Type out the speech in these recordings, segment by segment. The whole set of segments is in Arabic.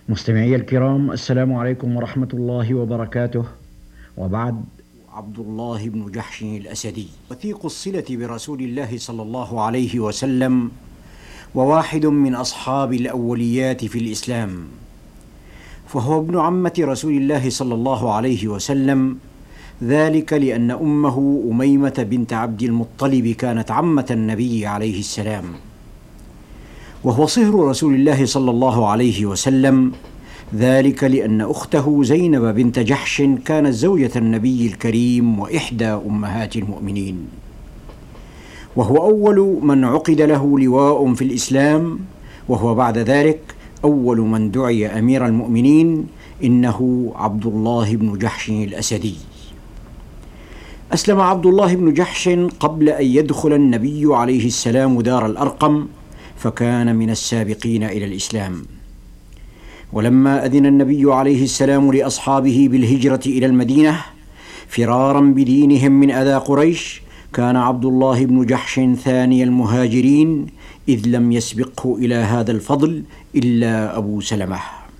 مستمعي الكرام، السلام عليكم ورحمة الله وبركاته. وبعد. عبد الله بن جحش الأسدي وثيق الصلة برسول الله صلى الله عليه وسلم، وواحد من أصحاب الأوليات في الإسلام، فهو ابن عمة رسول الله صلى الله عليه وسلم، ذلك لأن أمه أميمة بنت عبد المطلب كانت عمة النبي عليه السلام، وهو صهر رسول الله صلى الله عليه وسلم، ذلك لأن أخته زينب بنت جحش كانت زوجة النبي الكريم وإحدى أمهات المؤمنين، وهو أول من عقد له لواء في الإسلام، وهو بعد ذلك أول من دعي أمير المؤمنين، إنه عبد الله بن جحش الأسدي. أسلم عبد الله بن جحش قبل أن يدخل النبي عليه السلام دار الأرقم، فكان من السابقين إلى الإسلام. ولما أذن النبي عليه السلام لأصحابه بالهجرة إلى المدينة فرارا بدينهم من أذى قريش، كان عبد الله بن جحش ثاني المهاجرين، إذ لم يسبقه إلى هذا الفضل إلا أبو سلمة.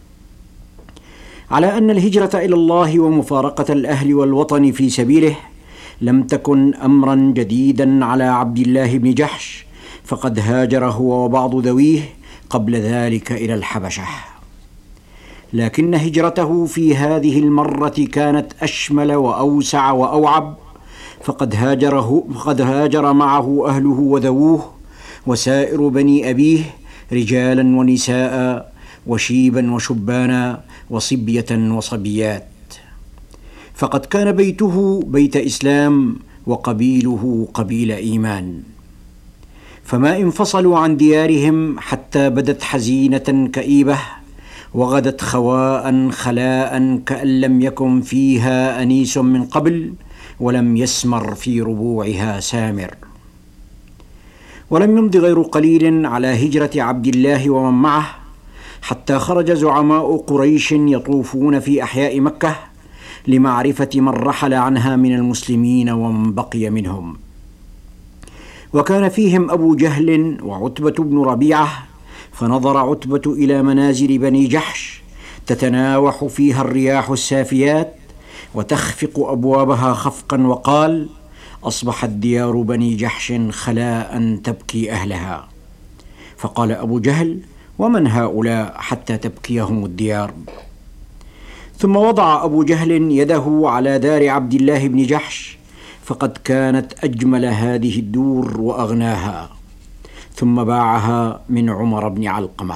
على أن الهجرة إلى الله ومفارقة الأهل والوطن في سبيله لم تكن أمرا جديدا على عبد الله بن جحش، فقد هاجر هو وبعض ذويه قبل ذلك إلى الحبشة، لكن هجرته في هذه المرة كانت أشمل وأوسع وأوعب، فقد هاجر معه أهله وذووه وسائر بني أبيه، رجالا ونساء وشيبا وشبانا وصبية وصبيات، فقد كان بيته بيت إسلام وقبيله قبيل إيمان، فما انفصلوا عن ديارهم حتى بدت حزينة كئيبة، وغدت خواء خلاء كأن لم يكن فيها أنيس من قبل، ولم يسمر في ربوعها سامر. ولم يمض غير قليل على هجرة عبد الله ومن معه، حتى خرج زعماء قريش يطوفون في أحياء مكة لمعرفة من رحل عنها من المسلمين ومن بقي منهم، وكان فيهم أبو جهل وعتبة بن ربيعة، فنظر عتبة إلى منازل بني جحش تتناوح فيها الرياح السافيات وتخفق أبوابها خفقا، وقال: أصبحت ديار بني جحش خلاء تبكي أهلها. فقال أبو جهل: ومن هؤلاء حتى تبكيهم الديار؟ ثم وضع أبو جهل يده على دار عبد الله بن جحش، فقد كانت أجمل هذه الدور وأغناها، ثم باعها من عمر بن علقمة.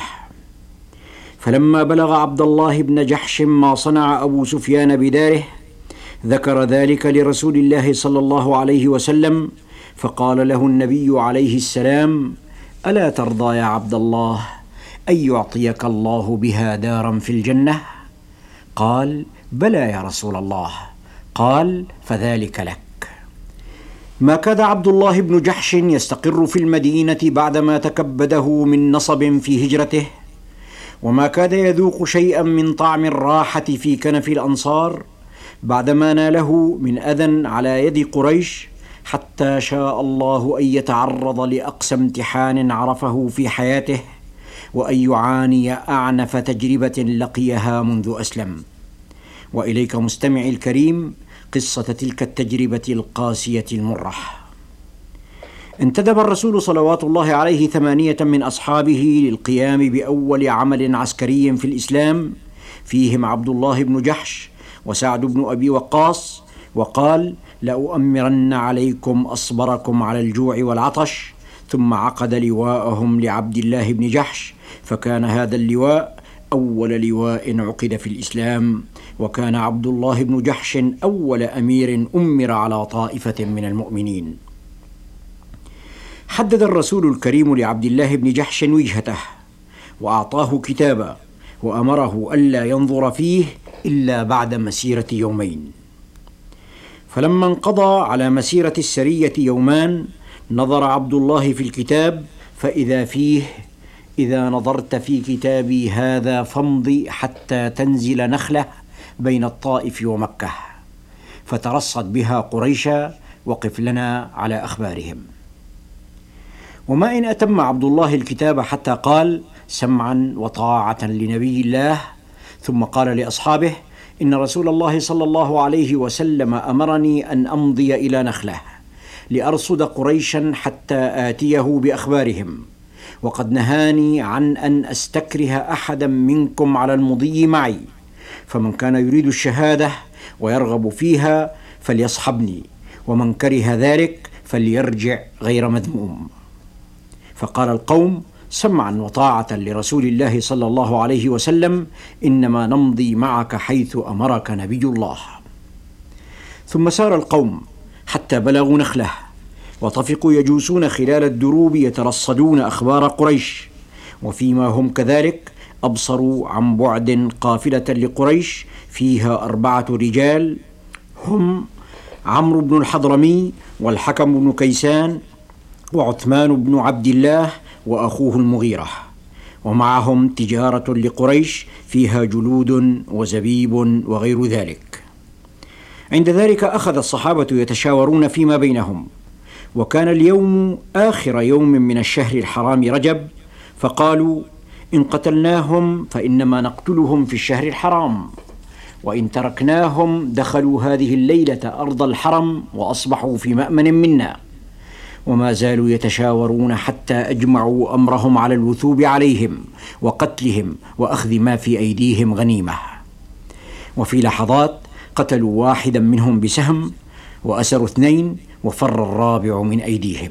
فلما بلغ عبد الله بن جحش ما صنع أبو سفيان بداره ذكر ذلك لرسول الله صلى الله عليه وسلم، فقال له النبي عليه السلام: ألا ترضى يا عبد الله أن يعطيك الله بها دارا في الجنة؟ قال: بلى يا رسول الله. قال: فذلك لك. ما كاد عبد الله بن جحش يستقر في المدينة بعدما تكبده من نصب في هجرته، وما كاد يذوق شيئا من طعم الراحة في كنف الأنصار بعدما ناله من أذى على يد قريش، حتى شاء الله أن يتعرض لأقسى امتحان عرفه في حياته، وأن يعاني أعنف تجربة لقيها منذ أسلم. وإليك مستمعي الكريم قصة تلك التجربة القاسية المرة. انتدب الرسول صلوات الله عليه 8 من أصحابه للقيام بأول عمل عسكري في الإسلام، فيهم عبد الله بن جحش وسعد بن أبي وقاص، وقال: لأؤمرن عليكم أصبركم على الجوع والعطش. ثم عقد لواءهم لعبد الله بن جحش، فكان هذا اللواء أول لواء عقد في الإسلام، وكان عبد الله بن جحش أول أمير أمر على طائفة من المؤمنين. حدد الرسول الكريم لعبد الله بن جحش وجهته، وأعطاه كتابا، وأمره ألا ينظر فيه إلا بعد مسيرة يومين. فلما انقضى على مسيرة السرية يومان نظر عبد الله في الكتاب، فإذا فيه: إذا نظرت في كتابي هذا فامض حتى تنزل نخلة بين الطائف ومكة، فترصد بها قريشا، وقف لنا على أخبارهم. وما إن أتم عبد الله الكتاب حتى قال: سمعا وطاعة لنبي الله، ثم قال لأصحابه: إن رسول الله صلى الله عليه وسلم أمرني أن أمضي إلى نخلة لأرصد قريشا حتى آتيه بأخبارهم، وقد نهاني عن أن أستكره أحدا منكم على المضي معي، فمن كان يريد الشهادة ويرغب فيها فليصحبني، ومن كره ذلك فليرجع غير مذموم. فقال القوم: سمعا وطاعة لرسول الله صلى الله عليه وسلم، إنما نمضي معك حيث أمرك نبي الله. ثم سار القوم حتى بلغوا نخلة، وطفقوا يجوسون خلال الدروب يترصدون أخبار قريش، وفيما هم كذلك أبصروا عن بعد قافلة لقريش فيها 4 رجال، هم عمرو بن الحضرمي والحكم بن كيسان وعثمان بن عبد الله وأخوه المغيرة، ومعهم تجارة لقريش فيها جلود وزبيب وغير ذلك. عند ذلك أخذ الصحابة يتشاورون فيما بينهم، وكان اليوم آخر يوم من الشهر الحرام رجب، فقالوا: إن قتلناهم فإنما نقتلهم في الشهر الحرام، وإن تركناهم دخلوا هذه الليلة أرض الحرم وأصبحوا في مأمن منا. وما زالوا يتشاورون حتى أجمعوا أمرهم على الوثوب عليهم وقتلهم وأخذ ما في أيديهم غنيمة. وفي لحظات قتلوا واحدا منهم بسهم، وأسروا 2، وفر الرابع من أيديهم.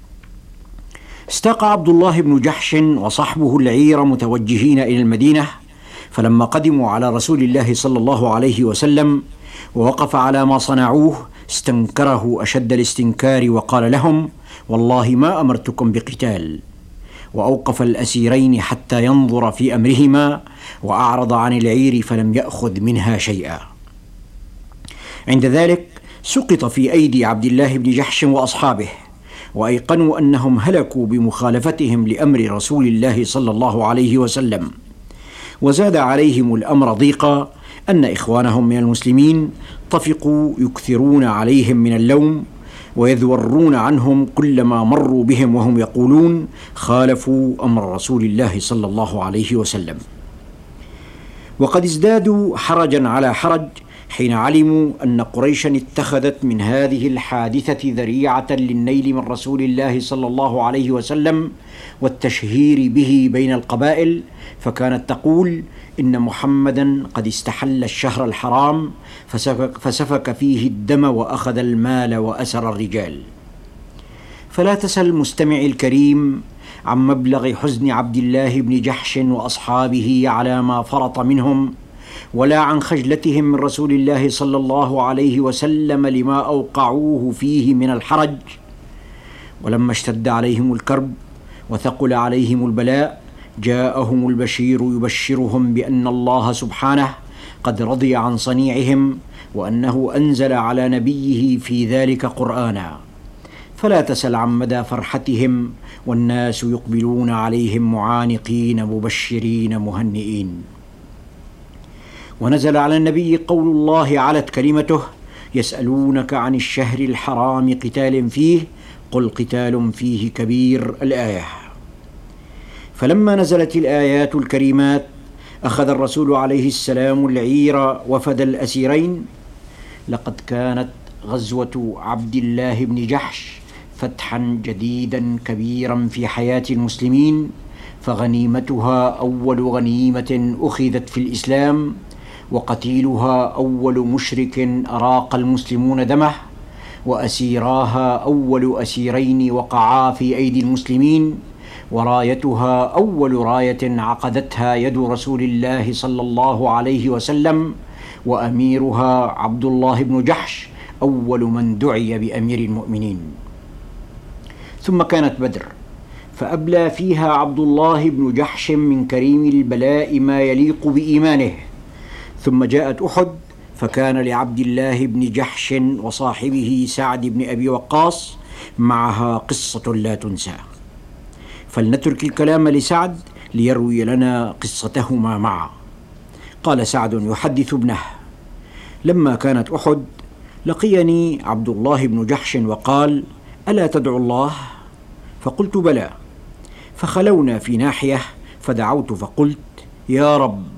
استاق عبد الله بن جحش وصحبه العير متوجهين إلى المدينة، فلما قدموا على رسول الله صلى الله عليه وسلم ووقف على ما صنعوه استنكره أشد الاستنكار، وقال لهم: والله ما أمرتكم بقتال. وأوقف الأسيرين حتى ينظر في أمرهما، وأعرض عن العير فلم يأخذ منها شيئا. عند ذلك سقط في أيدي عبد الله بن جحش وأصحابه، وأيقنوا أنهم هلكوا بمخالفتهم لأمر رسول الله صلى الله عليه وسلم. وزاد عليهم الأمر ضيقا أن إخوانهم من المسلمين طفقوا يكثرون عليهم من اللوم، ويذورون عنهم كلما مروا بهم وهم يقولون: خالفوا أمر رسول الله صلى الله عليه وسلم. وقد ازدادوا حرجا على حرج حين علموا أن قريشا اتخذت من هذه الحادثة ذريعة للنيل من رسول الله صلى الله عليه وسلم والتشهير به بين القبائل، فكانت تقول: إن محمدا قد استحل الشهر الحرام فسفك فيه الدم وأخذ المال وأسر الرجال. فلا تسل مستمعي الكريم عن مبلغ حزن عبد الله بن جحش وأصحابه على ما فرط منهم، ولا عن خجلتهم من رسول الله صلى الله عليه وسلم لما أوقعوه فيه من الحرج. ولما اشتد عليهم الكرب وثقل عليهم البلاء جاءهم البشير يبشرهم بأن الله سبحانه قد رضي عن صنيعهم، وأنه أنزل على نبيه في ذلك قرآنا. فلا تسل عن مدى فرحتهم والناس يقبلون عليهم معانقين مبشرين مهنئين. ونزل على النبي قول الله علت كلمته: يسألونك عن الشهر الحرام قتال فيه قل قتال فيه كبير، الآية. فلما نزلت الآيات الكريمات أخذ الرسول عليه السلام العير وفد الأسيرين. لقد كانت غزوة عبد الله بن جحش فتحا جديدا كبيرا في حياة المسلمين، فغنيمتها أول غنيمة أخذت في الإسلام، وقتيلها أول مشرك أراق المسلمون دمه، وأسيراها أول أسيرين وقعا في أيدي المسلمين، ورايتها أول راية عقدتها يد رسول الله صلى الله عليه وسلم، وأميرها عبد الله بن جحش أول من دعي بأمير المؤمنين. ثم كانت بدر، فأبلى فيها عبد الله بن جحش من كريم البلاء ما يليق بإيمانه. ثم جاءت أحد، فكان لعبد الله بن جحش وصاحبه سعد بن أبي وقاص معها قصة لا تنسى. فلنترك الكلام لسعد ليروي لنا قصتهما معا. قال سعد يحدث ابنه: لما كانت أحد لقيني عبد الله بن جحش وقال: ألا تدعو الله؟ فقلت: بلى. فخلونا في ناحية فدعوت فقلت: يا رب،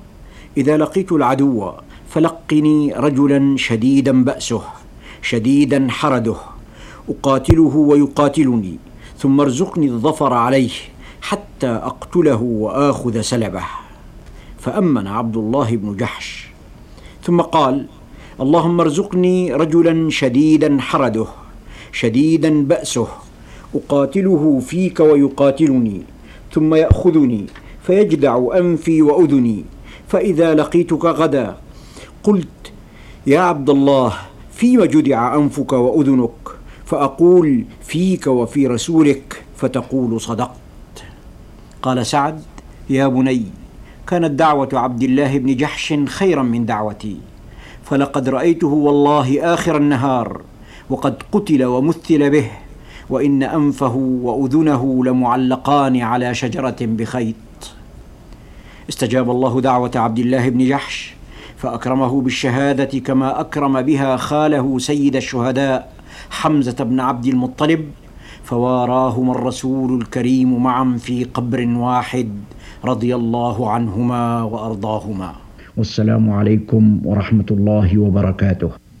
إذا لقيت العدو فلقني رجلا شديدا بأسه شديدا حرده، أقاتله ويقاتلني، ثم ارزقني الظفر عليه حتى أقتله وآخذ سلبه. فأمن عبد الله بن جحش، ثم قال: اللهم ارزقني رجلا شديدا حرده شديدا بأسه، أقاتله فيك ويقاتلني، ثم يأخذني فيجدع أنفي وأذني، فإذا لقيتك غدا قلت: يا عبد الله، فيما جدع أنفك وأذنك؟ فأقول: فيك وفي رسولك، فتقول: صدقت. قال سعد: يا بني، كانت دعوة عبد الله بن جحش خيرا من دعوتي، فلقد رأيته والله آخر النهار وقد قتل ومثل به، وإن أنفه وأذنه لمعلقان على شجرة بخيط. استجاب الله دعوة عبد الله بن جحش فأكرمه بالشهادة كما أكرم بها خاله سيد الشهداء حمزة بن عبد المطلب، فواراهما الرسول الكريم معا في قبر واحد رضي الله عنهما وأرضاهما. والسلام عليكم ورحمة الله وبركاته.